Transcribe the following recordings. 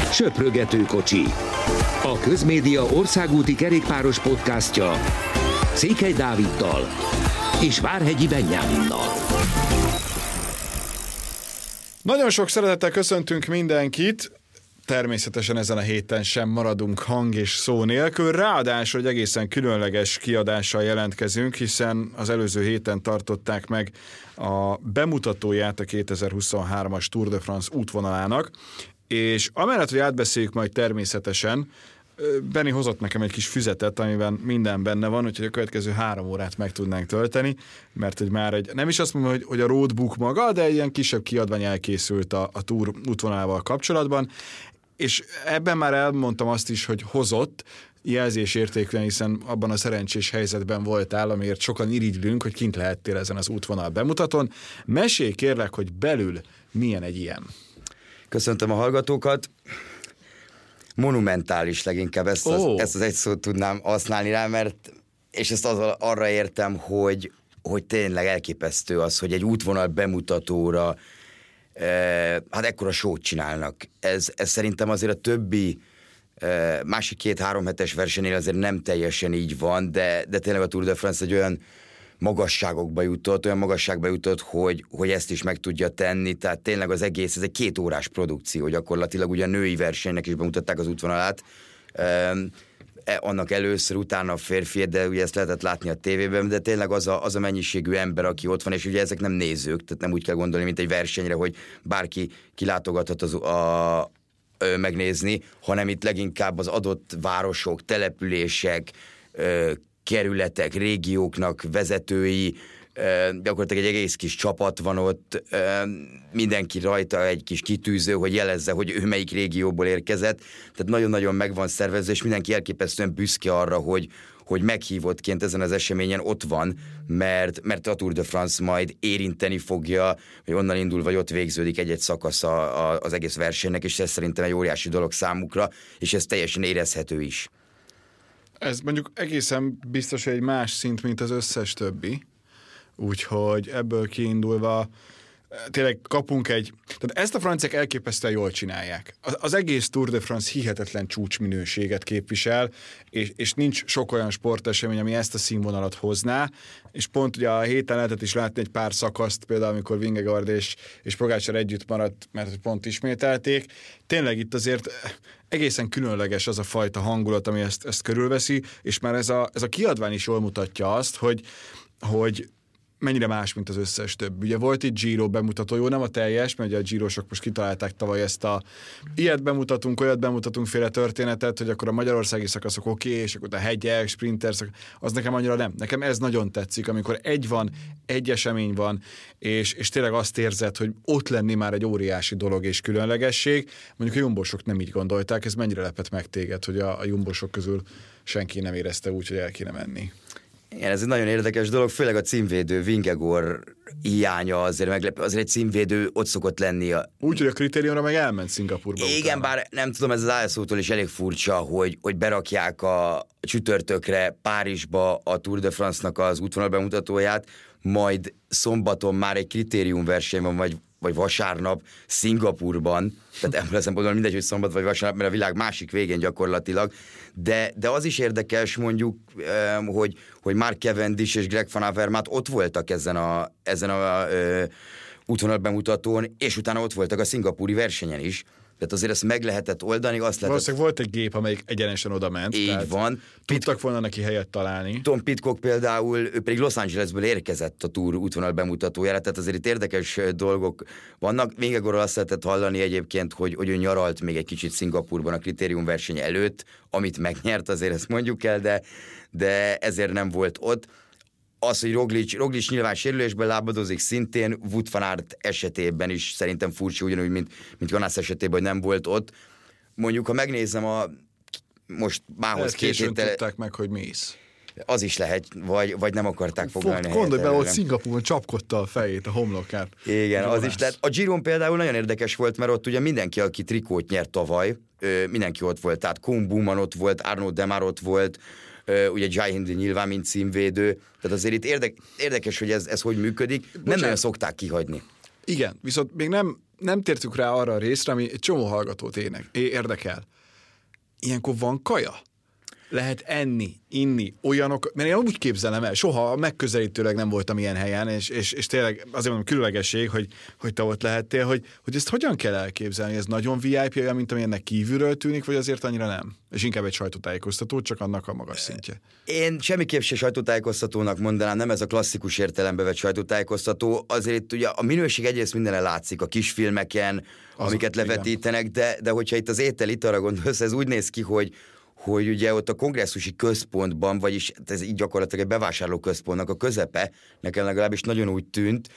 Söprögető kocsi. A Közmédia országúti kerékpáros podcastja Székely Dáviddal és Várhegyi Benyáminnal. Nagyon sok szeretettel köszöntünk mindenkit. Természetesen ezen a héten sem maradunk hang és szó nélkül, ráadásul egy egészen különleges kiadással jelentkezünk, hiszen az előző héten tartották meg a bemutatóját a 2023-as Tour de France útvonalának, és amellett, hogy átbeszéljük majd természetesen, Benni hozott nekem egy kis füzetet, amiben minden benne van, úgyhogy a következő 3 órát meg tudnánk tölteni, mert hogy már nem is azt mondom, hogy a roadbook maga, de egy ilyen kisebb kiadvány elkészült a Tour útvonalával kapcsolatban, és ebben már elmondtam azt is, hogy hozott jelzésértékűen, hiszen abban a szerencsés helyzetben voltál, amiért sokan irigylünk, hogy kint lehettél ezen az útvonal bemutatón. Mesélj kérlek, hogy belül milyen egy ilyen. Köszöntöm a hallgatókat. Monumentális leginkább, ezt az egy szót tudnám használni rá, mert, és ezt arra értem, hogy tényleg elképesztő az, hogy egy útvonal bemutatóra hát ekkora sót csinálnak. Ez szerintem azért a többi másik 2-3 hetes versenynél azért nem teljesen így van, de tényleg a Tour de France egy olyan magasságba jutott, hogy ezt is meg tudja tenni, tehát tényleg az egész, ez egy 2 órás produkció gyakorlatilag, ugye a női versenynek is bemutatták az útvonalát, annak először, utána a férfi, de ugye ezt lehetett látni a tévében, de tényleg az a mennyiségű ember, aki ott van, és ugye ezek nem nézők, tehát nem úgy kell gondolni, mint egy versenyre, hogy bárki kilátogathat megnézni, hanem itt leginkább az adott városok, települések, kerületek, régióknak vezetői, gyakorlatilag egy egész kis csapat van ott, mindenki rajta egy kis kitűző, hogy jelezze, hogy ő melyik régióból érkezett, tehát nagyon-nagyon meg van szervezve, és mindenki elképesztően büszke arra, hogy meghívottként ezen az eseményen ott van, mert a Tour de France majd érinteni fogja, hogy onnan indul, vagy ott végződik egy-egy szakasz az egész versenynek, és ez szerintem egy óriási dolog számukra, és ez teljesen érezhető is. Ez mondjuk egészen biztos, hogy egy más szint, mint az összes többi, úgyhogy ebből kiindulva tényleg kapunk tehát ezt a franciák elképesztően jól csinálják. Az egész Tour de France hihetetlen csúcsminőséget képvisel, és nincs sok olyan sportesemény, ami ezt a színvonalat hozná, és pont ugye a héten lehetett is látni egy pár szakaszt, például amikor Vingegaard és Pogačar együtt maradt, mert pont ismételték. Tényleg itt azért egészen különleges az a fajta hangulat, ami ezt körülveszi, és már ez a kiadvány is jól mutatja azt, hogy mennyire más, mint az összes több. Ugye volt itt Giro bemutató, jó, nem a teljes, mert ugye a Girosok most kitalálták tavaly ezt ilyet bemutatunk, olyat bemutatunk féle történetet, hogy akkor a magyarországi szakaszok oké, és akkor a hegyek, sprinter, az nekem annyira nem. Nekem ez nagyon tetszik, amikor egy esemény van, és tényleg azt érzed, hogy ott lenni már egy óriási dolog és különlegesség. Mondjuk a jumbosok nem így gondolták, ez mennyire lepett meg téged, hogy a jumbosok közül senki nem érezte úgy, hogy el kéne menni. Igen, ez egy nagyon érdekes dolog, főleg a címvédő Vingegaard hiánya azért meglepő, azért egy címvédő ott szokott lenni. Úgy, hogy a kritériumra meg elment Szingapurba. Igen, utána. Bár nem tudom, ez az ISO-tól is elég furcsa, hogy berakják a csütörtökre Párizsba a Tour de France-nak az útvonal bemutatóját, majd szombaton már egy kritériumverseny van, vagy vasárnap Szingapurban, tehát ebből a szempontból mindegy, hogy szombat vagy vasárnap, mert a világ másik végén gyakorlatilag, de az is érdekes mondjuk, hogy Mark Cavendish és Greg Van Avermaet ott voltak ezen a útvonal bemutatón, és utána ott voltak a szingapúri versenyen is. Tehát azért ezt meg lehetett oldani, Valószínűleg volt egy gép, amelyik egyenesen oda ment. Így van. Tudtak volna neki helyet találni. Tom Pidcock például, ő pedig Los Angelesből érkezett a Tour útvonal bemutatójára, tehát azért itt érdekes dolgok vannak. Vingegaardról azt lehetett hallani egyébként, hogy ő nyaralt még egy kicsit Szingapurban a kritériumverseny előtt, amit megnyert, azért ezt mondjuk el, de ezért nem volt ott. Az, hogy Roglic nyilván sérülésben lábadozik szintén, Wout van Aert esetében is szerintem furcsa, ugyanúgy, mint Jonas esetében, hogy nem volt ott. Mondjuk, ha megnézem most mához 2 héttel... tudták meg, hogy mész. Az is lehet, vagy nem akarták foglalni. Gondolj bele, hogy Szingapúron csapkodta a fejét, a homlokát. Igen, az is lehet. A Giron például nagyon érdekes volt, mert ott ugye mindenki, aki trikót nyert tavaly, mindenki ott volt. Tehát Koen Bouwman ott volt, Arnaud Démare ott volt, ugye Jai Hindley nyilván, mint címvédő. Tehát azért itt érdekes, hogy ez hogy működik. Nem nagyon szokták kihagyni. Igen, viszont még nem tértük rá arra a részre, ami egy csomó hallgatót érdekel. Ilyenkor van kaja? Lehet enni, inni, olyanok, mert én úgy képzelem el, soha megközelítőleg nem voltam ilyen helyen, és tényleg azért mondom különlegesség, hogy te ott lehettél, hogy ezt hogyan kell elképzelni? Ez nagyon VIP olyan, mint amilyennek kívülről tűnik, vagy azért annyira nem? És inkább egy sajtótájékoztató, csak annak a magas szintje. Én semmiképp se sajtótájékoztatónak mondanám, nem ez a klasszikus értelembe vett sajtótájékoztató, azért itt ugye a minőség egyrészt mindenen látszik, a kisfilmeken, amiket levetítenek, de hogyha itt az étel-italra gondolsz, ez úgy néz ki, hogy ugye ott a kongresszusi központban, vagyis ez így gyakorlatilag egy bevásárlóközpontnak a közepe, nekem legalábbis nagyon úgy tűnt,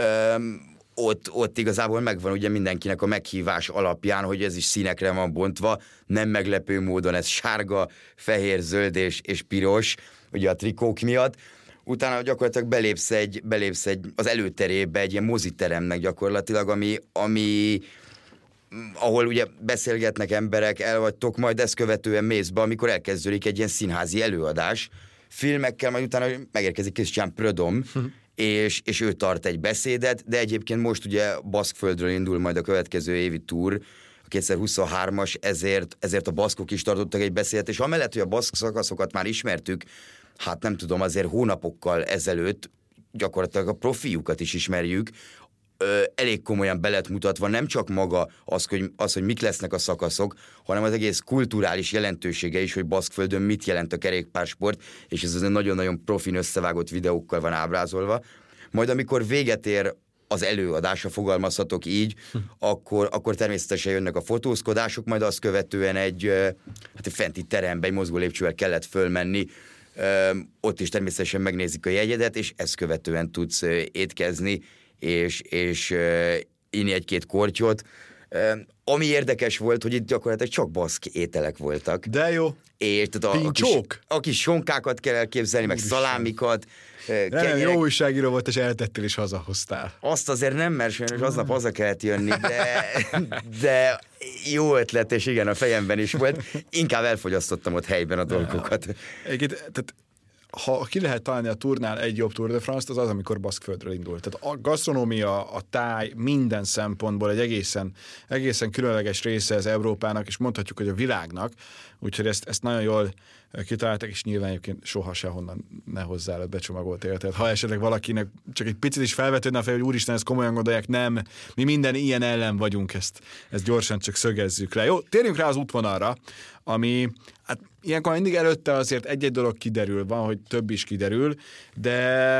ott igazából megvan ugye mindenkinek a meghívás alapján, hogy ez is színekre van bontva, nem meglepő módon ez sárga, fehér, zöld és piros, ugye a trikók miatt. Utána gyakorlatilag belépsz az előterébe egy ilyen moziteremnek gyakorlatilag, ami ahol ugye beszélgetnek emberek, el vagytok, majd ezt követően mész be, amikor elkezdődik egy ilyen színházi előadás, filmekkel, majd utána megérkezik Christian Prudhomme, és ő tart egy beszédet, de egyébként most ugye Baszkföldről indul majd a következő évi túr, a 2023-as, ezért a baszkok is tartottak egy beszédet, és amellett, hogy a baszk szakaszokat már ismertük, hát nem tudom, azért hónapokkal ezelőtt gyakorlatilag a profiukat is ismerjük, elég komolyan be lett mutatva nem csak maga az, hogy mik lesznek a szakaszok, hanem az egész kulturális jelentősége is, hogy Baszkföldön mit jelent a kerékpársport, és ez azért nagyon-nagyon profin összevágott videókkal van ábrázolva. Majd amikor véget ér az előadása, fogalmazhatok így, akkor természetesen jönnek a fotózkodások, majd azt követően egy fenti terembe, egy mozgó lépcsővel kellett fölmenni, ott is természetesen megnézik a jegyedet, és ezt követően tudsz étkezni, és inni egy-két kortyot. Ami érdekes volt, hogy itt gyakorlatilag csak baszk ételek voltak. De jó. És tehát a kis sonkákat kell elképzelni, meg szalámikat. Jó újságíró volt, és eltettél és hazahoztál. Azt azért nem, mert sajnos aznap haza kellett jönni, de jó ötlet, és igen, a fejemben is volt. Inkább elfogyasztottam ott helyben a dolgokat. Tehát ha ki lehet találni a turnál egy jobb Tour de France-t, az, amikor Baszkföldről indult. Tehát a gasztronómia, a táj, minden szempontból egy egészen különleges része az Európának, és mondhatjuk, hogy a világnak, úgyhogy ezt nagyon jól kitaláltak, és nyilván egyébként soha sehonnan ne hozzá előtt becsomagolt életet. Ha esetleg valakinek csak egy picit is felvetődne a fej, hogy úristen, ezt komolyan gondolják, nem, mi minden ilyen ellen vagyunk, ezt gyorsan csak szögezzük le. Jó, térjünk rá az útvonalra, ami, hát ilyenkor mindig előtte azért egy-egy dolog kiderül, van, hogy több is kiderül, de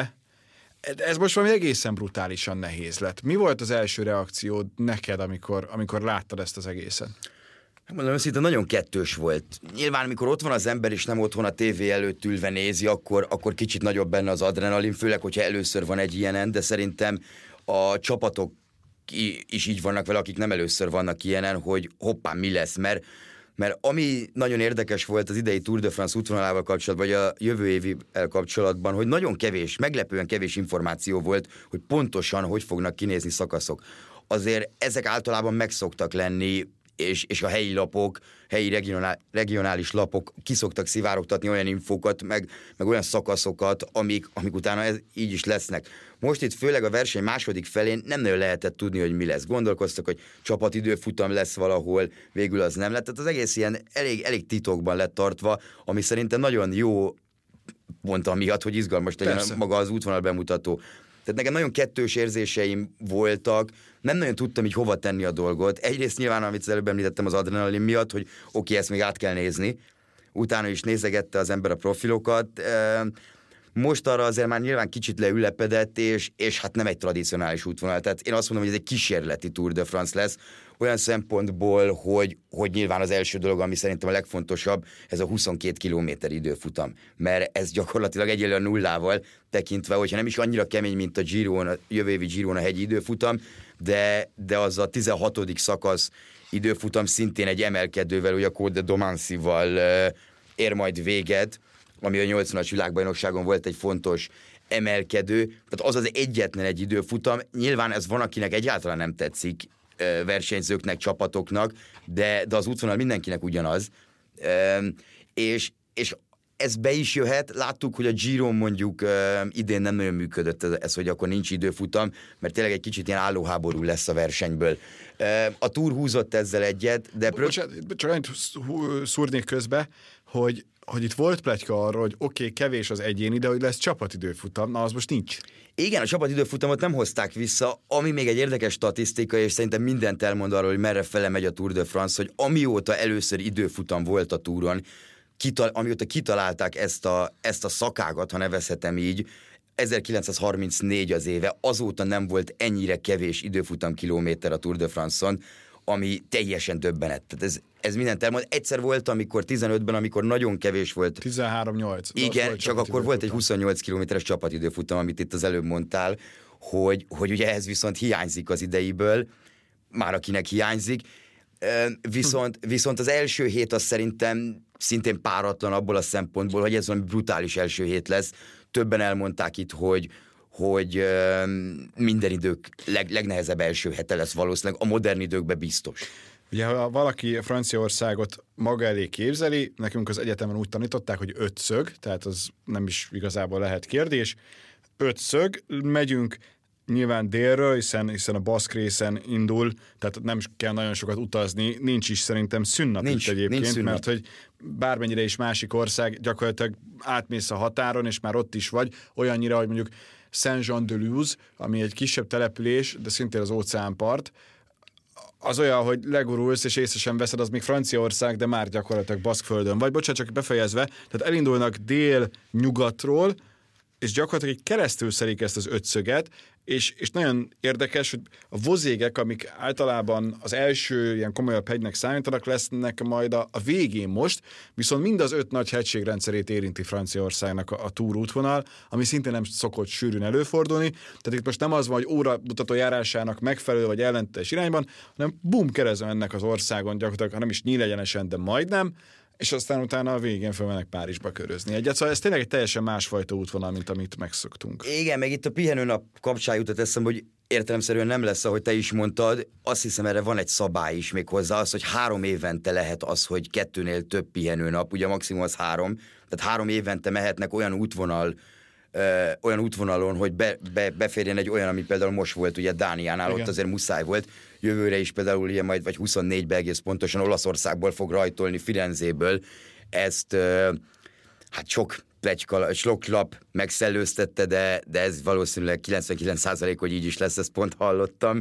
ez most valami egészen brutálisan nehéz lett. Mi volt az első reakciód neked, amikor láttad ezt az egészet? Mondom, őszintén nagyon kettős volt. Nyilván, amikor ott van az ember, és nem otthon a tévé előtt ülve nézi, akkor kicsit nagyobb benne az adrenalin, főleg, hogyha először van egy ilyenen, de szerintem a csapatok is így vannak vele, akik nem először vannak ilyenen, hogy hoppá, mi lesz, mert ami nagyon érdekes volt az idei Tour de France útvonalával kapcsolatban, vagy a jövő évivel kapcsolatban, hogy nagyon kevés, meglepően kevés információ volt, hogy pontosan hogy fognak kinézni szakaszok. Azért ezek általában megszoktak lenni, és a helyi lapok, helyi regionális lapok kiszoktak szivárogtatni olyan infókat, meg olyan szakaszokat, amik utána így is lesznek. Most itt főleg a verseny második felén nem nagyon lehetett tudni, hogy mi lesz. Gondolkoztak, hogy csapatidőfutam lesz valahol, végül az nem lett. Tehát az egész ilyen elég titokban lett tartva, ami szerintem nagyon jó pont amiatt, hogy izgalmas legyen maga az útvonal bemutató. Tehát nekem nagyon kettős érzéseim voltak, nem nagyon tudtam így hova tenni a dolgot. Egyrészt nyilván, amit az előbb említettem az adrenalin miatt, hogy oké, ezt még át kell nézni. Utána is nézegette az ember a profilokat. Most arra azért már nyilván kicsit leülepedett, és hát nem egy tradicionális útvonal. Tehát én azt mondom, hogy ez egy kísérleti Tour de France lesz, olyan szempontból, hogy nyilván az első dolog, ami szerintem a legfontosabb, ez a 22 kilométer időfutam. Mert ez gyakorlatilag egyenlő a nullával tekintve, hogyha nem is annyira kemény, mint a jövő évi Giron a hegyi időfutam, de az a 16. szakasz időfutam szintén egy emelkedővel, ugye a Côte de Domancy-val ér majd véget, ami a 80-as világbajnokságon volt egy fontos emelkedő, tehát az egyetlen egy időfutam. Nyilván ez van, akinek egyáltalán nem tetszik, versenyzőknek, csapatoknak, de az útvonal mindenkinek ugyanaz. És ez be is jöhet. Láttuk, hogy a Giron mondjuk idén nem nagyon működött ez, hogy akkor nincs időfutam, mert tényleg egy kicsit ilyen állóháború lesz a versenyből. A Tour húzott ezzel egyet, de... Csak annyit szúrnék közbe, hogy itt volt pletyka arról, hogy oké, kevés az egyéni, de hogy lesz csapatidőfutam, na az most nincs. Igen, a csapatidőfutamot nem hozták vissza, ami még egy érdekes statisztika, és szerintem mindent elmond arról, hogy merre fele megy a Tour de France, hogy amióta először időfutam volt a túron, amióta kitalálták ezt a szakágat, ha nevezhetem így, 1934 az éve, azóta nem volt ennyire kevés időfutam kilométer a Tour de France-on, ami teljesen döbbenet. Tehát ez mindent elmond. Egyszer volt, amikor 15-ben, amikor nagyon kevés volt. 13-8. Igen, csak akkor volt egy 28 kilométeres csapatidőfutam, amit itt az előbb mondtál, hogy ugye ez viszont hiányzik az ideiből, már akinek hiányzik. Viszont az első hét az szerintem szintén páratlan abból a szempontból, hogy ez valami brutális első hét lesz. Többen elmondták itt, hogy minden idők legnehezebb első hete lesz valószínűleg, a modern időkben biztos. Ugye, ha valaki Franciaországot maga elé képzeli, nekünk az egyetemen úgy tanították, hogy 5 szög, tehát az nem is igazából lehet kérdés. 5 szög, megyünk nyilván délről, hiszen a baszk részen indul, tehát nem kell nagyon sokat utazni, nincs is szerintem szünnap itt egyébként, szünnap. Mert hogy bármennyire is másik ország, gyakorlatilag átmész a határon, és már ott is vagy, olyannyira, hogy mondjuk Saint-Jean-de-Luz, ami egy kisebb település, de szintén az óceánpart, az olyan, hogy legurulsz és észre sem veszed, az még Franciaország, de már gyakorlatilag Baszkföldön. Vagy bocsánat, csak befejezve, tehát elindulnak dél-nyugatról, és gyakorlatilag így keresztül szelik ezt az 5 szöget, és nagyon érdekes, hogy a vozégek, amik általában az első ilyen komolyabb hegynek számítanak, lesznek majd a végén most, viszont mind az 5 nagy hegységrendszerét érinti Franciaországnak a Tour útvonal, ami szintén nem szokott sűrűn előfordulni. Tehát itt most nem az van, hogy óramutató járásának megfelelő vagy ellentétes irányban, hanem bum, keresztül mennek az országon, gyakorlatilag, ha nem is nyílegyenesen, de majdnem, és aztán utána a végén felmennek Párizsba körözni egyet. Szóval ez tényleg egy teljesen másfajta útvonal, mint amit megszoktunk. Igen, meg itt a pihenőnap kapcsán jutott eszembe, hogy értelemszerűen nem lesz, ahogy te is mondtad. Azt hiszem, erre van egy szabály is még hozzá, az, hogy 3 évente lehet az, hogy 2-nél több pihenőnap, ugye a maximum az 3, tehát 3 évente mehetnek olyan útvonalon, hogy beférjen egy olyan, ami például most volt, ugye Dániánál, igen. Ott azért muszáj volt. Jövőre is például ugye majd, vagy 24-ben egész pontosan Olaszországból fog rajtolni, Firenzéből. Ezt hát sok pletyka, sok lap megszellőztette, de ez valószínűleg 99%, hogy így is lesz, ezt pont hallottam.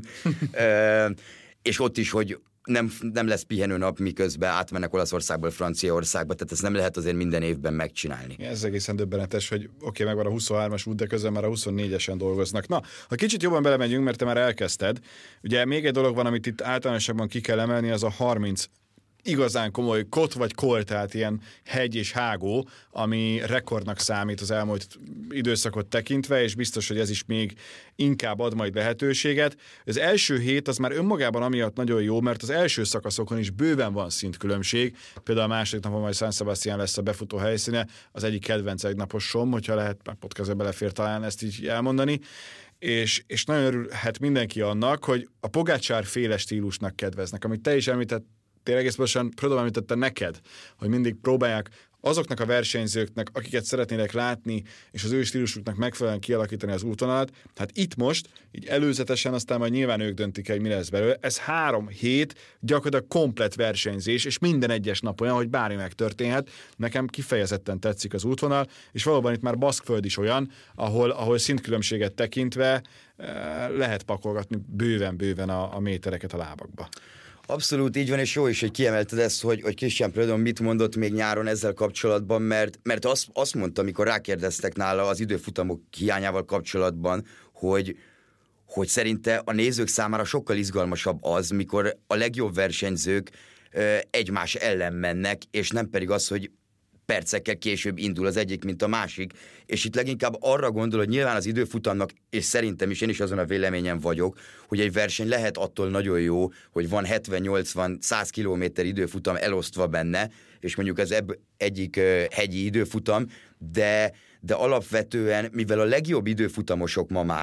És ott is, hogy nem lesz pihenőnap, miközben átmennek Olaszországból Franciaországba, tehát ezt nem lehet azért minden évben megcsinálni. Ez egészen döbbenetes, hogy oké, megvan a 23-as út, de közben már a 24-esen dolgoznak. Na, ha kicsit jobban belemegyünk, mert te már elkezdted, ugye még egy dolog van, amit itt általánosabban ki kell emelni, az a 30 igazán komoly kot vagy kol, tehát ilyen hegy és hágó, ami rekordnak számít az elmúlt időszakot tekintve, és biztos, hogy ez is még inkább ad majd lehetőséget. Az első hét az már önmagában amiatt nagyon jó, mert az első szakaszokon is bőven van szintkülönbség. Például a második napon majd San Sebastián lesz a befutó helyszíne, az egyik kedvenc egynaposom, hogyha lehet, már podcastbe belefér talán ezt így elmondani. És nagyon örülhet mindenki annak, hogy a Pogačar féle stílusnak kedveznek, amit te is említett, tényleg egész pontosan Prodom említette neked, hogy mindig próbálják azoknak a versenyzőknek, akiket szeretnének látni, és az ő stílusuknak megfelelően kialakítani az útvonalat. Hát itt most, így előzetesen, aztán majd nyilván ők döntik el, hogy mi lesz belőle. Ez 3 hét gyakorlatilag komplett versenyzés, és minden egyes nap olyan, hogy bármi megtörténhet. Nekem kifejezetten tetszik az útvonal, és valóban itt már Baszkföld is olyan, ahol szintkülönbséget tekintve lehet pakolgatni bőven a métereket a lábakba. Abszolút így van, és jó is, hogy kiemelted ezt, hogy Christian Prudhomme mit mondott még nyáron ezzel kapcsolatban, mert azt mondta, amikor rákérdeztek nála az időfutamok hiányával kapcsolatban, hogy szerinte a nézők számára sokkal izgalmasabb az, mikor a legjobb versenyzők egymás ellen mennek, és nem pedig az, hogy percekkel később indul az egyik, mint a másik, és itt leginkább arra gondol, hogy nyilván az időfutamnak, és szerintem is, én is azon a véleményen vagyok, hogy egy verseny lehet attól nagyon jó, hogy van 70-80-100 kilométer időfutam elosztva benne, és mondjuk ez egyik hegyi időfutam, de alapvetően, mivel a legjobb időfutamosok ma már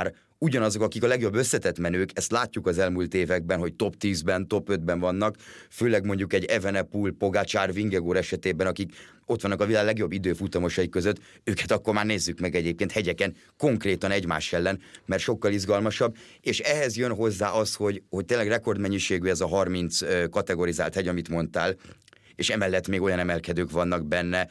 ugyanazok, akik a legjobb összetett menők, ezt látjuk az elmúlt években, hogy top 10-ben, top 5-ben vannak, főleg mondjuk egy Evenepoel, Pogačar, Vingegaard esetében, akik ott vannak a világ legjobb időfutamosai között, őket akkor már nézzük meg egyébként hegyeken, konkrétan egymás ellen, mert sokkal izgalmasabb, és ehhez jön hozzá az, hogy tényleg rekordmennyiségű ez a 30 kategorizált hegy, amit mondtál, és emellett még olyan emelkedők vannak benne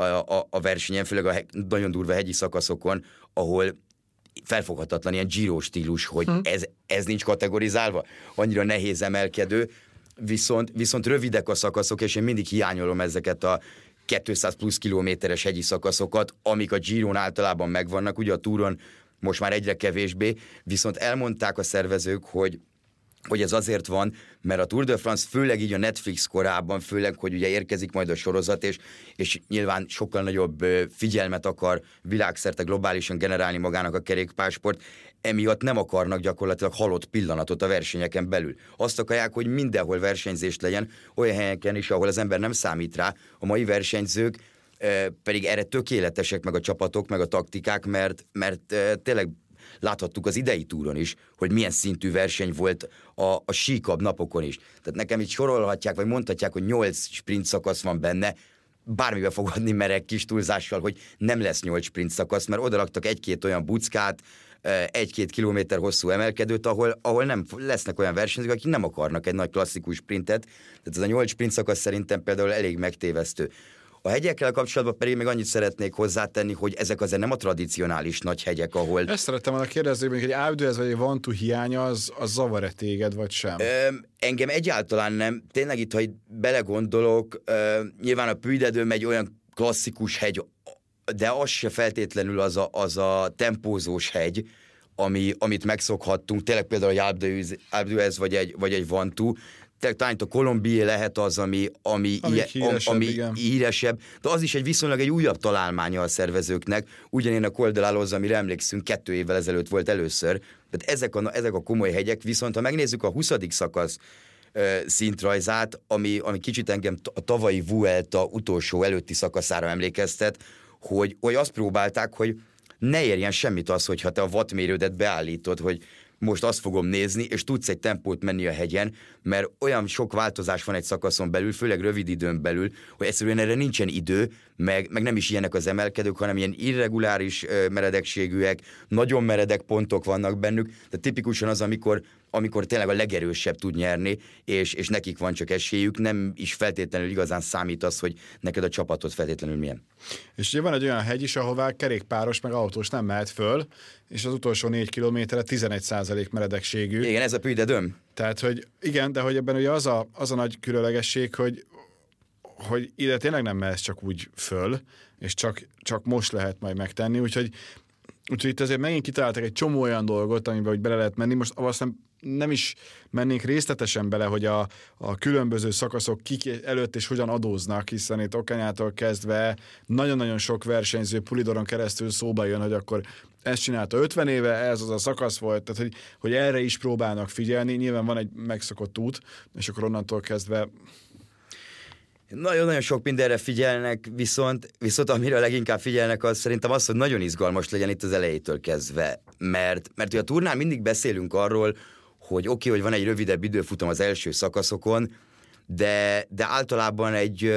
a versenyen, főleg a nagyon durva hegyi szakaszokon, ahol felfoghatatlan ilyen Giro stílus, hogy ez nincs kategorizálva, annyira nehéz emelkedő, viszont rövidek a szakaszok, és én mindig hiányolom ezeket a 200 plusz kilométeres hegyi szakaszokat, amik a Giron általában megvannak, ugye a Touron most már egyre kevésbé, viszont elmondták a szervezők, hogy ez azért van, mert a Tour de France főleg így a Netflix korában, főleg, hogy ugye érkezik majd a sorozat, és nyilván sokkal nagyobb figyelmet akar világszerte globálisan generálni magának a kerékpársport, emiatt nem akarnak gyakorlatilag halott pillanatot a versenyeken belül. Azt akarják, hogy mindenhol versenyzés legyen, olyan helyeken is, ahol az ember nem számít rá. A mai versenyzők pedig erre tökéletesek, meg a csapatok, meg a taktikák, mert tényleg láthattuk az idei túron is, hogy milyen szintű verseny volt a síkabb napokon is. Tehát nekem itt sorolhatják, vagy mondhatják, hogy 8 sprint szakasz van benne, bármibe fogadni merek kis túlzással, hogy nem lesz 8 sprint szakasz, mert odaraktak egy-két olyan buckát, 1-2 kilométer hosszú emelkedőt, ahol nem lesznek olyan versenyzők, akik nem akarnak egy nagy klasszikus sprintet. Tehát ez a 8 sprint szakasz szerintem például elég megtévesztő. A hegyekkel kapcsolatban pedig még annyit szeretnék hozzátenni, hogy ezek azért nem a tradicionális nagy hegyek, ahol... Ezt szerettem volna kérdezni, hogy egy Alpe d'Huez vagy egy Ventoux hiánya, az zavar-e téged, vagy sem? Engem egyáltalán nem. Tényleg itt, ha belegondolok, nyilván a Puy de Dôme egy olyan klasszikus hegy, de az se feltétlenül az a tempózós hegy, amit megszokhattunk. Tényleg például egy Alpe d'Huez vagy egy Ventoux, talán a Colombier lehet az, ami híresebb, de az is viszonylag egy újabb találmánya a szervezőknek, ugyanén a Col de la Loze, amire emlékszünk, 2 évvel ezelőtt volt először. Tehát ezek a komoly hegyek, viszont ha megnézzük a 20. szakasz szintrajzát, ami kicsit engem a tavalyi Vuelta utolsó előtti szakaszára emlékeztet, hogy azt próbálták, hogy ne érjen semmit az, hogyha te a wattmérődet beállítod, hogy most azt fogom nézni, és tudsz egy tempót menni a hegyen, mert olyan sok változás van egy szakaszon belül, főleg rövid időn belül, hogy egyszerűen erre nincsen idő, meg nem is ilyenek az emelkedők, hanem ilyen irreguláris meredekségűek, nagyon meredek pontok vannak bennük, de tipikusan az, amikor tényleg a legerősebb tud nyerni, és nekik van csak esélyük, nem is feltétlenül igazán számít az, hogy neked a csapatod feltétlenül milyen. És ugye van egy olyan hegy is, ahová kerékpáros meg autós nem mehet föl, és az utolsó 4 kilométerre 11% meredekségű. Igen, ez a Puy de Dôme. Tehát, hogy igen, de hogy ebben ugye az a nagy különlegesség, hogy ide tényleg nem mehetsz csak úgy föl, és csak most lehet majd megtenni, úgyhogy itt azért megint kitaláltak egy csomó olyan dolgot, amiben hogy bele lehet menni. Most aztán nem is mennénk részletesen bele, hogy a különböző szakaszok kik előtt és hogyan adóznak, hiszen itt Okanyától kezdve nagyon-nagyon sok versenyző Pulidoron keresztül szóba jön, hogy akkor ezt csinálta 50 éve, ez az a szakasz volt, tehát hogy erre is próbálnak figyelni. Nyilván van egy megszokott út, és akkor onnantól kezdve... Nagyon-nagyon sok mindenre figyelnek, viszont amire leginkább figyelnek, az szerintem az, hogy nagyon izgalmas legyen itt az elejétől kezdve. Mert ugye a Tournál mindig beszélünk arról, hogy oké, hogy van egy rövidebb időfutam az első szakaszokon, de általában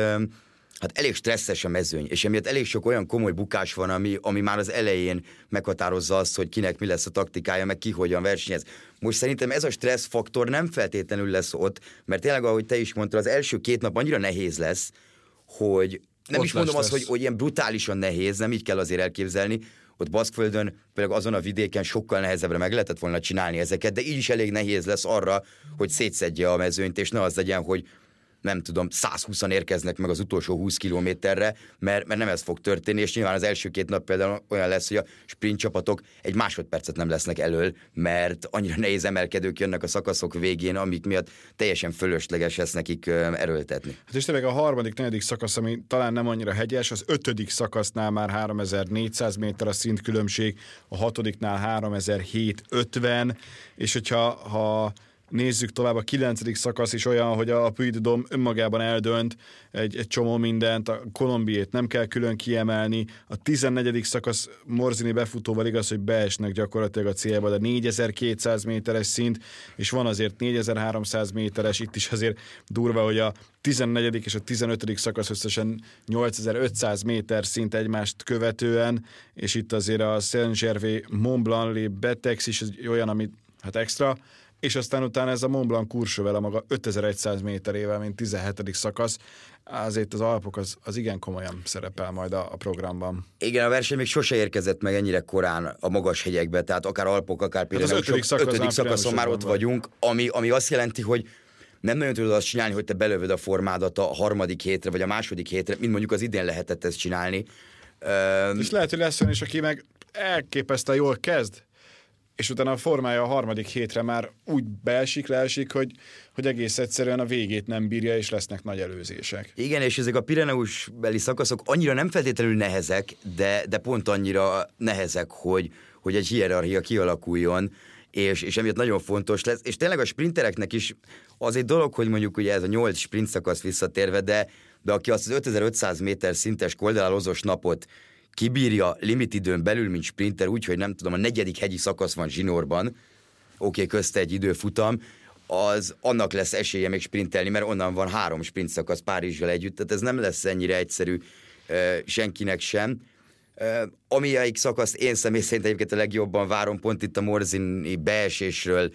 elég stresszes a mezőny, és emiatt elég sok olyan komoly bukás van, ami már az elején meghatározza azt, hogy kinek mi lesz a taktikája, meg ki hogyan versenyez. Most szerintem ez a stressz faktor nem feltétlenül lesz ott, mert tényleg, ahogy te is mondtad, az első 2 nap annyira nehéz lesz, hogy nem ott is mondom azt, hogy ilyen brutálisan nehéz, nem így kell azért elképzelni, ott Baszkföldön, például azon a vidéken sokkal nehezebbre meg lehetett volna csinálni ezeket, de így is elég nehéz lesz arra, hogy szétszedje a mezőnyt, és ne az legyen, hogy nem tudom, 120-an érkeznek meg az utolsó 20 kilométerre, mert nem ez fog történni, és nyilván az első 2 nap például olyan lesz, hogy a sprint csapatok egy másodpercet nem lesznek elől, mert annyira nehéz emelkedők jönnek a szakaszok végén, amik miatt teljesen fölösleges lesz nekik erőltetni. Hát és tényleg a 3., 4. szakasz, ami talán nem annyira hegyes, az 5. szakasznál már 3400 méter a szintkülönbség, a 6-nál 3750, és hogyha nézzük tovább, a 9. szakasz is olyan, hogy a Puy de Dôme önmagában eldönt egy csomó mindent, a Colombiét nem kell külön kiemelni, a 14. szakasz Morzini befutóval igaz, hogy beesnek gyakorlatilag a célba, de 4200 méteres szint, és van azért 4300 méteres, itt is azért durva, hogy a 14. és a 15. szakasz összesen 8500 méter szint egymást követően, és itt azért a Saint-Gervais Mont Blanc Betex is olyan, amit hát extra, és aztán utána ez a Mont Blanc Courchevel a maga 5100 méterével, mint 17. szakasz, azért az Alpok az igen komolyan szerepel majd a programban. Igen, a verseny még sose érkezett meg ennyire korán a magas hegyekbe, tehát akár Alpok, akár Pireneusok, hát az 5. szakaszon már ott vagyunk, ami azt jelenti, hogy nem nagyon tudod azt csinálni, hogy te belövöd a formádat a harmadik hétre, vagy a második hétre, mint mondjuk az idén lehetett ezt csinálni. És lehet, hogy lesz olyan is, aki meg elképesztően jól kezd, és utána a formája a harmadik hétre már úgy leesik, hogy egész egyszerűen a végét nem bírja, és lesznek nagy előzések. Igen, és ezek a Pireneus-beli szakaszok annyira nem feltétlenül nehezek, de pont annyira nehezek, hogy egy hierarchia kialakuljon, és emiatt nagyon fontos lesz, és tényleg a sprintereknek is az egy dolog, hogy mondjuk ugye ez a 8 sprint szakasz visszatérve, de aki azt az 5500 méter szintes koldalálozós napot kibírja limit időn belül, mint sprinter, úgyhogy nem tudom, a 4. hegyi szakasz van Zsinórban, oké, közte egy időfutam, az annak lesz esélye még sprintelni, mert onnan van 3 sprint szakasz Párizsgal együtt, tehát ez nem lesz ennyire egyszerű senkinek sem. Amelyik szakaszt én személy szerint egyébként a legjobban várom, pont itt a Morzini beesésről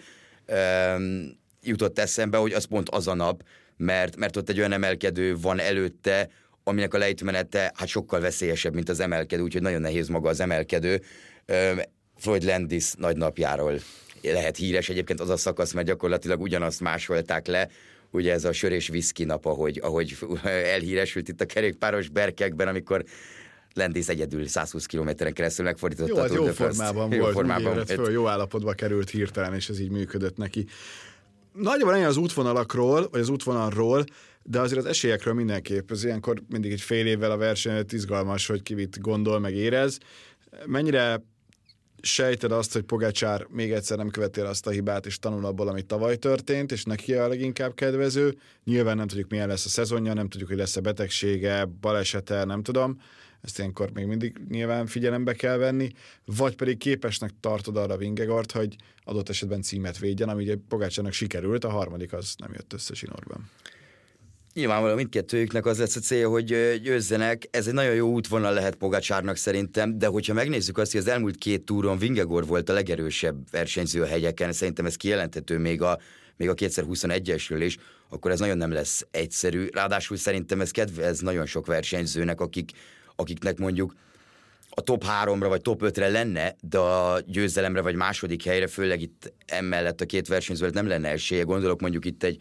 jutott eszembe, hogy az pont az a nap, mert ott egy olyan emelkedő van előtte, aminek a lejtmenete hát sokkal veszélyesebb, mint az emelkedő, úgyhogy nagyon nehéz maga az emelkedő. Floyd Landis nagy napjáról lehet híres egyébként az a szakasz, mert gyakorlatilag ugyanazt másolták le, ugye ez a sör és viszki nap, ahogy elhíresült itt a kerékpáros berkekben, amikor Landis egyedül 120 kilométeren keresztül megfordította a Tour de France. Jó formában volt, jó állapotba került hirtelen, és ez így működött neki. Nagyjából ennyi az útvonalakról, vagy az útvonalról, de azért az esélyekről mindenképp. Ez ilyenkor mindig egy fél évvel a verseny izgalmas, hogy ki mit gondol, meg érez. Mennyire sejted azt, hogy Pogačar még egyszer nem követél azt a hibát, és tanul abból, ami tavaly történt, és neki a leginkább kedvező. Nyilván nem tudjuk, milyen lesz a szezonja, nem tudjuk, hogy lesz-e betegsége, balesete, nem tudom. Ezt ilyenkor még mindig nyilván figyelembe kell venni. Vagy pedig képesnek tartod arra Vingegaard, hogy adott esetben címet védjen, ami ugye Pogačarnak sikerült, a harmadik az nem jött össze Zsinórban. Nyilvánvalóan mindkettőjüknek az lesz a célja, hogy győzzenek. Ez egy nagyon jó útvonal lehet Pogačarnak szerintem, de hogyha megnézzük azt, hogy az elmúlt 2 túron Vingegaard volt a legerősebb versenyző a hegyeken, szerintem ez kijelenthető még a 2021-esről is, akkor ez nagyon nem lesz egyszerű. Ráadásul szerintem ez kedvez nagyon sok versenyzőnek, akiknek mondjuk a top 3-ra vagy top 5-re lenne, de a győzelemre vagy második helyre, főleg itt emellett a 2 versenyzőt nem lenne esélye. Gondolok mondjuk itt egy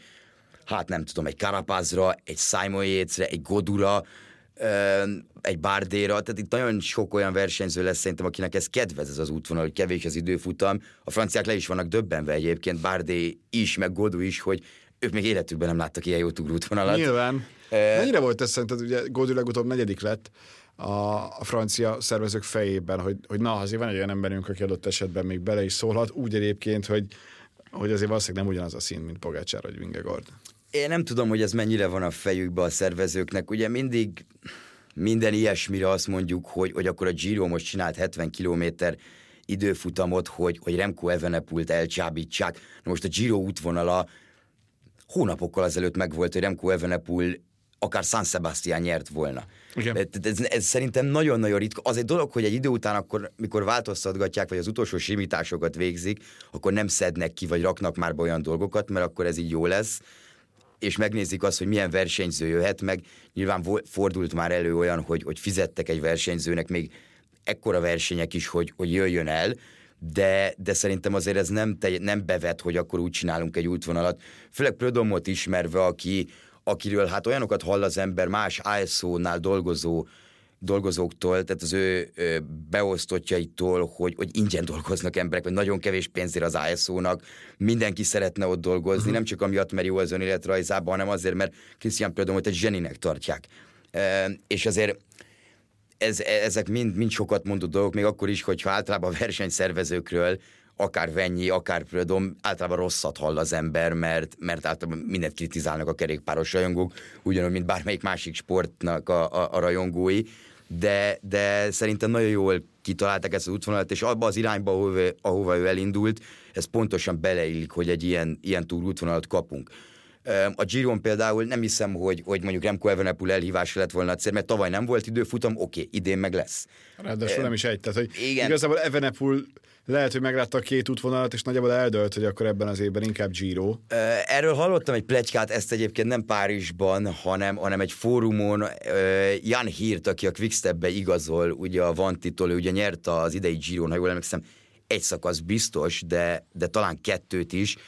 Carapazra, egy Simon Yatesre, egy Godura, egy Bardéra, tehát itt nagyon sok olyan versenyző lesz szerintem, akinek ez kedvez ez az útvonal, hogy kevés az időfutam. A franciák le is vannak döbbenve egyébként, Bardé is, meg Godu is, hogy ők még életükben nem láttak ilyen jó útvonalat. Nyilván. Mennyire volt ez szerinted, ugye Godu legutóbb 4. lett a francia szervezők fejében, hogy na, azért van egy olyan emberünk, aki adott esetben még bele is szólhat, úgy egyébként, hogy azért valószínűleg nem ugyanaz a szín, mint Pogačar vagy Vingegaard. Én nem tudom, hogy ez mennyire van a fejükbe a szervezőknek. Ugye mindig minden ilyesmire azt mondjuk, hogy akkor a Giro most csinált 70 kilométer időfutamot, hogy Remco Evenepoelt elcsábítsák. Na most a Giro útvonala hónapokkal azelőtt megvolt, hogy Remco Evenepoel akár San Sebastián nyert volna. Ez szerintem nagyon-nagyon ritka. Az egy dolog, hogy egy idő után akkor, mikor változtatgatják, vagy az utolsó simításokat végzik, akkor nem szednek ki, vagy raknak már be olyan dolgokat, mert akkor ez így jó lesz, és megnézik azt, hogy milyen versenyző jöhet, meg nyilván fordult már elő olyan, hogy fizettek egy versenyzőnek még ekkora versenyek is, hogy jöjjön el, de szerintem azért ez nem bevet, hogy akkor úgy csinálunk egy útvonalat. Főleg Prödomot ismerve, akiről hát olyanokat hall az ember más ASO-nál dolgozóktól, tehát az ő beosztottjaitól, hogy ingyen dolgoznak emberek, vagy nagyon kevés pénzért az ASO-nak, mindenki szeretne ott dolgozni, nem csak amiatt, mert jó az önéletrajzában, hanem azért, mert Christian Prödomot egy zseninek tartják. És azért ezek mind sokat mondó dolgok, még akkor is, hogyha általában a versenyszervezőkről akár Vennyi, akár Prödom, általában rosszat hall az ember, mert általában mindent kritizálnak a kerékpáros rajongók, ugyanúgy, mint bármelyik másik sportnak a rajongói, de szerintem nagyon jól kitalálták ezt az útvonalat, és abba az irányba, ahova ő elindult, ez pontosan beleillik, hogy egy ilyen túrútvonalat kapunk. A Giron például nem hiszem, hogy mondjuk Remco Evenepoel elhívása lett volna a cél, mert tavaly nem volt időfutam, oké, idén meg lesz. Ráadásul nem is egy, tehát hogy igen. Igazából Evenepoel lehet, hogy meglátta a két útvonalat, és nagyjából eldölt, hogy akkor ebben az évben inkább Giro. Erről hallottam egy pletykát, ezt egyébként nem Párizsban, hanem egy fórumon. Jan Hirt, aki a Quickstepbe igazol, ugye a Vantitól, ő ugye nyerte az idei Giron, ha jól emlékszem, egy szakasz biztos, de talán 2 is.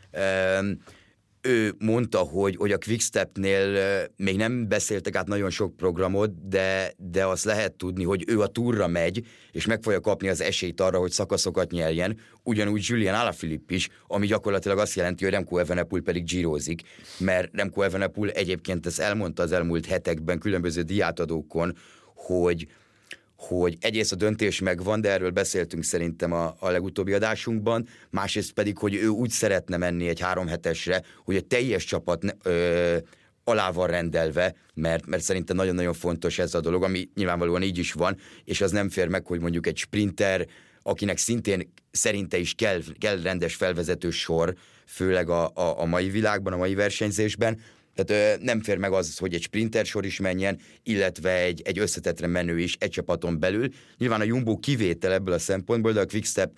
Ő mondta, hogy a Quickstepnél még nem beszéltek át nagyon sok programot, de azt lehet tudni, hogy ő a túrra megy, és meg fogja kapni az esélyt arra, hogy szakaszokat nyerjen, ugyanúgy Julian Alaphilippe is, ami gyakorlatilag azt jelenti, hogy Remco Evenepoel pedig girozik, mert Remco Evenepoel egyébként ezt elmondta az elmúlt hetekben különböző diátadókon, hogy egyrészt a döntés megvan, de erről beszéltünk szerintem a legutóbbi adásunkban, másrészt pedig, hogy ő úgy szeretne menni egy 3 hetesre, hogy a teljes csapat alá van rendelve, mert szerintem nagyon-nagyon fontos ez a dolog, ami nyilvánvalóan így is van, és az nem fér meg, hogy mondjuk egy sprinter, akinek szintén szerinte is kell rendes felvezető sor, főleg a mai világban, a mai versenyzésben, tehát nem fér meg az, hogy egy sprinter sor is menjen, illetve egy összetettre menő is egy csapaton belül. Nyilván a Jumbo kivétel ebből a szempontból, de a Quickstep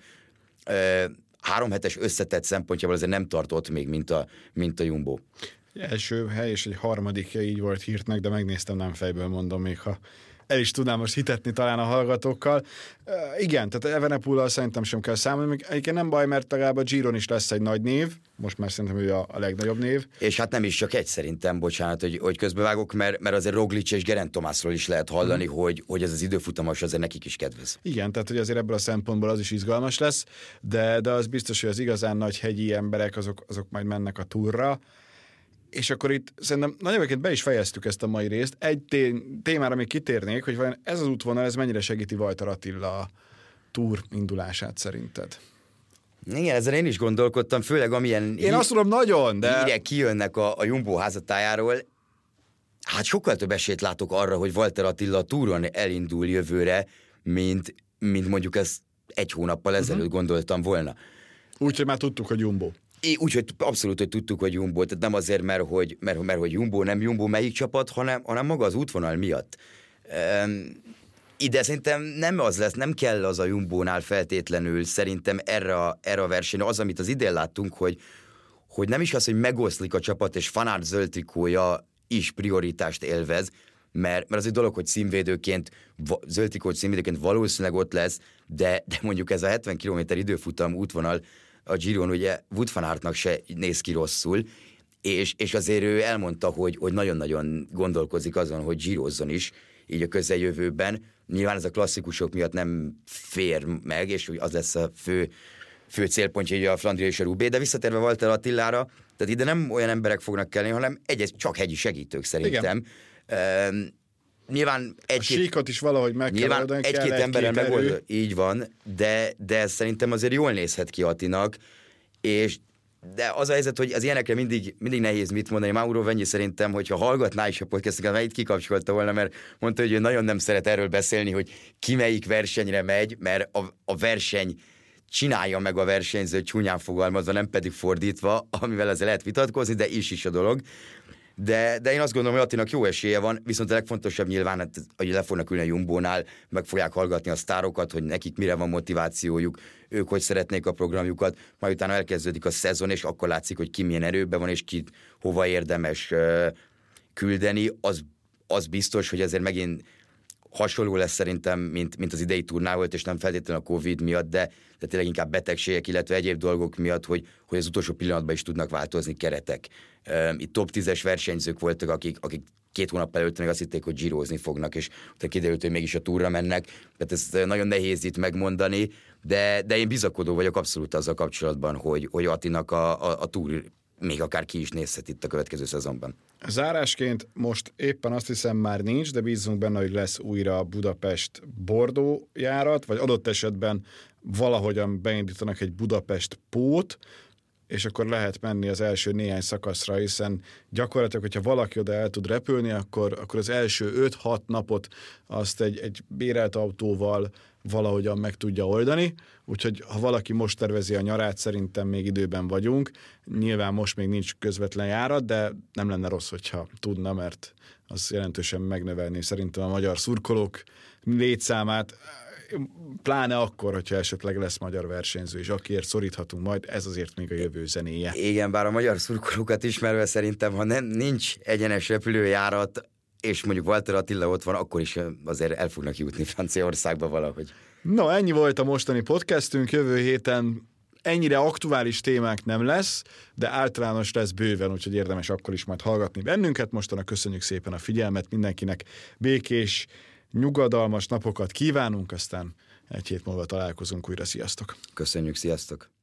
3 hetes összetett szempontjából azért nem tartott még, mint a Jumbo. Első hely és egy harmadikja így volt Hirtnek, de megnéztem, nem fejből mondom, még ha el is tudnám most hitetni talán a hallgatókkal. Igen, tehát Evenepoel-al szerintem sem kell számolni, még egyébként nem baj, mert legalább a Giron is lesz egy nagy név, most már szerintem ő a legnagyobb név. És hát nem is csak egy szerintem, bocsánat, hogy közbevágok, mert azért Roglic és Geraint Thomasról is lehet hallani, hogy ez az időfutamos azért nekik is kedvez. Igen, tehát hogy azért ebből a szempontból az is izgalmas lesz, de az biztos, hogy az igazán nagy hegyi emberek azok majd mennek a túrra. És akkor itt szerintem nagyjából be is fejeztük ezt a mai részt. Egy témára még kitérnék, hogy vajon ez az útvonal, ez mennyire segíti Walter Attila a túr indulását szerinted? Igen, ezen én is gondolkodtam, főleg amilyen én azt tudom nagyon, de hírek kijönnek a Jumbo házatájáról. Hát sokkal több esélyt látok arra, hogy Walter Attila a túron elindul jövőre, mint mondjuk ezt 1 hónappal ezelőtt gondoltam volna. Úgyhogy már tudtuk, hogy Jumbo. Úgyhogy abszolút, hogy tudtuk, hogy Jumbo, tehát nem azért, mert hogy Jumbo, nem Jumbo melyik csapat, hanem maga az útvonal miatt. Ide szerintem nem az lesz, nem kell az a Jumbónál feltétlenül szerintem erre a versenyre. Az, amit az idén láttunk, hogy nem is az, hogy megoszlik a csapat, és Van Aert zöld trikója is prioritást élvez, mert az egy dolog, hogy színvédőként, zöld trikó színvédőként valószínűleg ott lesz, de mondjuk ez a 70 km időfutam útvonal, a Giron ugye Wout van Aertnak se néz ki rosszul, és azért ő elmondta, hogy nagyon-nagyon gondolkozik azon, hogy girozzon is, így a közeljövőben. Nyilván ez a klasszikusok miatt nem fér meg, és az lesz a fő célpontja ugye a Flandria és a Roubaix, de visszatérve Walter Attilára, tehát ide nem olyan emberek fognak kelni, hanem csak hegyi segítők szerintem. Nyilván a síkot is valahogy meg kell oldani, egy-két emberrel megoldani, így van, de szerintem azért jól nézhet ki Attinak, de az a helyzet, hogy az ilyenekre mindig nehéz mit mondani. Mauro Vennyi szerintem, hogyha hallgatná is a podcasteket, mert itt kikapcsolta volna, mert mondta, hogy ő nagyon nem szeret erről beszélni, hogy ki melyik versenyre megy, mert a verseny csinálja meg a versenyző, csúnyán fogalmazva, nem pedig fordítva, amivel ezzel lehet vitatkozni, de is a dolog. De én azt gondolom, hogy Attinak jó esélye van, viszont a legfontosabb nyilván, hogy le fognak ülni a Jumbónál, meg fogják hallgatni a sztárokat, hogy nekik mire van motivációjuk, ők hogy szeretnék a programjukat, majd utána elkezdődik a szezon, és akkor látszik, hogy ki milyen erőben van, és ki hova érdemes küldeni. Az biztos, hogy ezért megint hasonló lesz szerintem, mint az idei turnál volt, és nem feltétlenül a Covid miatt, de tényleg inkább betegségek, illetve egyéb dolgok miatt, hogy az utolsó pillanatban is tudnak változni keretek. Itt top 10-es versenyzők voltak, akik 2 hónap előtt még azt hitték, hogy girozni fognak, és utána kiderült, hogy mégis a túrra mennek. Tehát ez nagyon nehéz itt megmondani, de én bizakodó vagyok abszolút azzal kapcsolatban, hogy Attinak a túr még akár ki is nézhet itt a következő szezonban. Zárásként most éppen azt hiszem már nincs, de bízunk benne, hogy lesz újra Budapest-Bordeaux járat, vagy adott esetben valahogyan beindítanak egy Budapest pót, és akkor lehet menni az első néhány szakaszra, hiszen gyakorlatilag, hogyha valaki oda el tud repülni, akkor az első 5-6 napot azt egy bérelt autóval valahogyan meg tudja oldani, úgyhogy ha valaki most tervezi a nyarát, szerintem még időben vagyunk. Nyilván most még nincs közvetlen járat, de nem lenne rossz, hogyha tudna, mert az jelentősen megnövelné szerintem a magyar szurkolók létszámát, pláne akkor, hogyha esetleg lesz magyar versenyző, és akiért szoríthatunk majd, ez azért még a jövő zenéje. Igen, bár a magyar szurkolókat ismerve szerintem, ha nincs egyenes repülőjárat, és mondjuk Walter Attila ott van, akkor is azért el fognak jutni Franciaországba valahogy. No, ennyi volt a mostani podcastünk, jövő héten ennyire aktuális témák nem lesz, de általános lesz bőven, úgyhogy érdemes akkor is majd hallgatni bennünket. Mostanra köszönjük szépen a figyelmet, mindenkinek békés, nyugodalmas napokat kívánunk, aztán egy hét múlva találkozunk újra. Sziasztok! Köszönjük, sziasztok!